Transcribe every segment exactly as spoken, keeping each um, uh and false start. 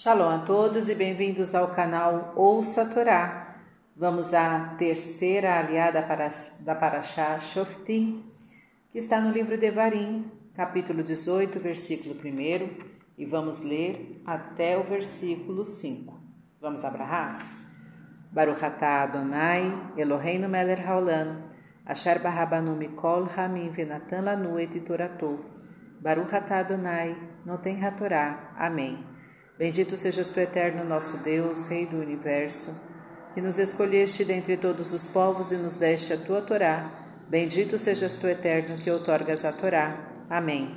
Shalom a todos e bem-vindos ao canal Ouça a Torá. Vamos à terceira aliada da Parashá Shoftim, que está no livro Devarim, capítulo dezoito, versículo um, e vamos ler até o versículo cinco. Vamos abrahar? Baruch atah Adonai, Eloheinu melech haolam, asher barabanu mikol hamim venatan lanu et torato. Baruch atah Adonai, noten hatorá. Amém. Bendito sejas tu, eterno nosso Deus, Rei do Universo, que nos escolheste dentre todos os povos e nos deste a tua Torá. Bendito sejas tu, eterno, que outorgas a Torá. Amém.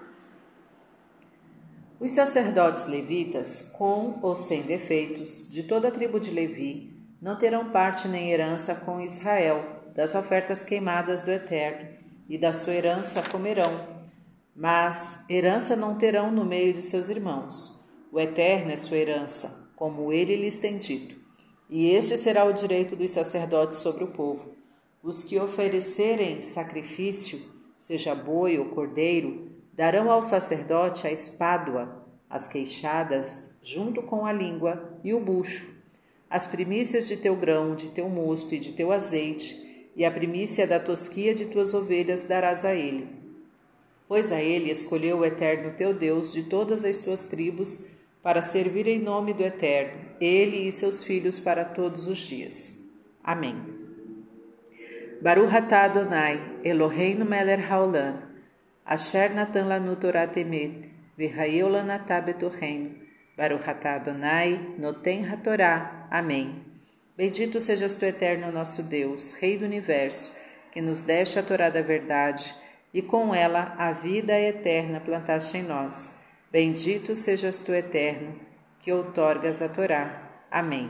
Os sacerdotes levitas, com ou sem defeitos, de toda a tribo de Levi, não terão parte nem herança com Israel, das ofertas queimadas do Eterno, e da sua herança comerão, mas herança não terão no meio de seus irmãos. O Eterno é sua herança, como ele lhes tem dito. E este será o direito dos sacerdotes sobre o povo. Os que oferecerem sacrifício, seja boi ou cordeiro, darão ao sacerdote a espádua, as queixadas, junto com a língua e o bucho, as primícias de teu grão, de teu mosto e de teu azeite, e a primícia da tosquia de tuas ovelhas darás a ele. Pois a ele escolheu o Eterno teu Deus de todas as tuas tribos, para servir em nome do Eterno, ele e seus filhos para todos os dias. Amém. Baruch atah Adonai, Eloheinu melech haolam, asher natan lanu Torah temet, v'hayeu lanatah betorreinu. Baruch atah Adonai, noten hatorá. Amém. Bendito sejas tu, Eterno nosso Deus, Rei do Universo, que nos deste a Torá da verdade, e com ela a vida eterna plantaste em nós. Bendito sejas tu, Eterno, que outorgas a Torá. Amém.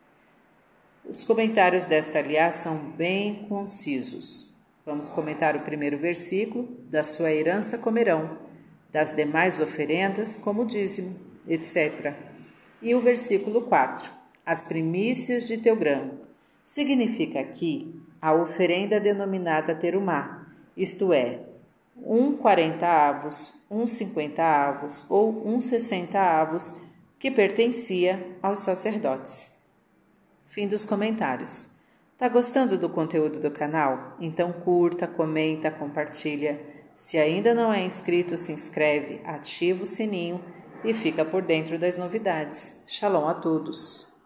Os comentários desta aliá são bem concisos. Vamos comentar o primeiro versículo: da sua herança comerão, das demais oferendas como dízimo, etcétera. E o versículo quatro: as primícias de teu grão. Significa aqui a oferenda denominada terumá, isto é, um quarenta avos, um cinquenta avos ou um sessenta avos, que pertencia aos sacerdotes. Fim dos comentários. Tá gostando do conteúdo do canal? Então curta, comenta, compartilha. Se ainda não é inscrito, se inscreve, ativa o sininho e fica por dentro das novidades. Shalom a todos!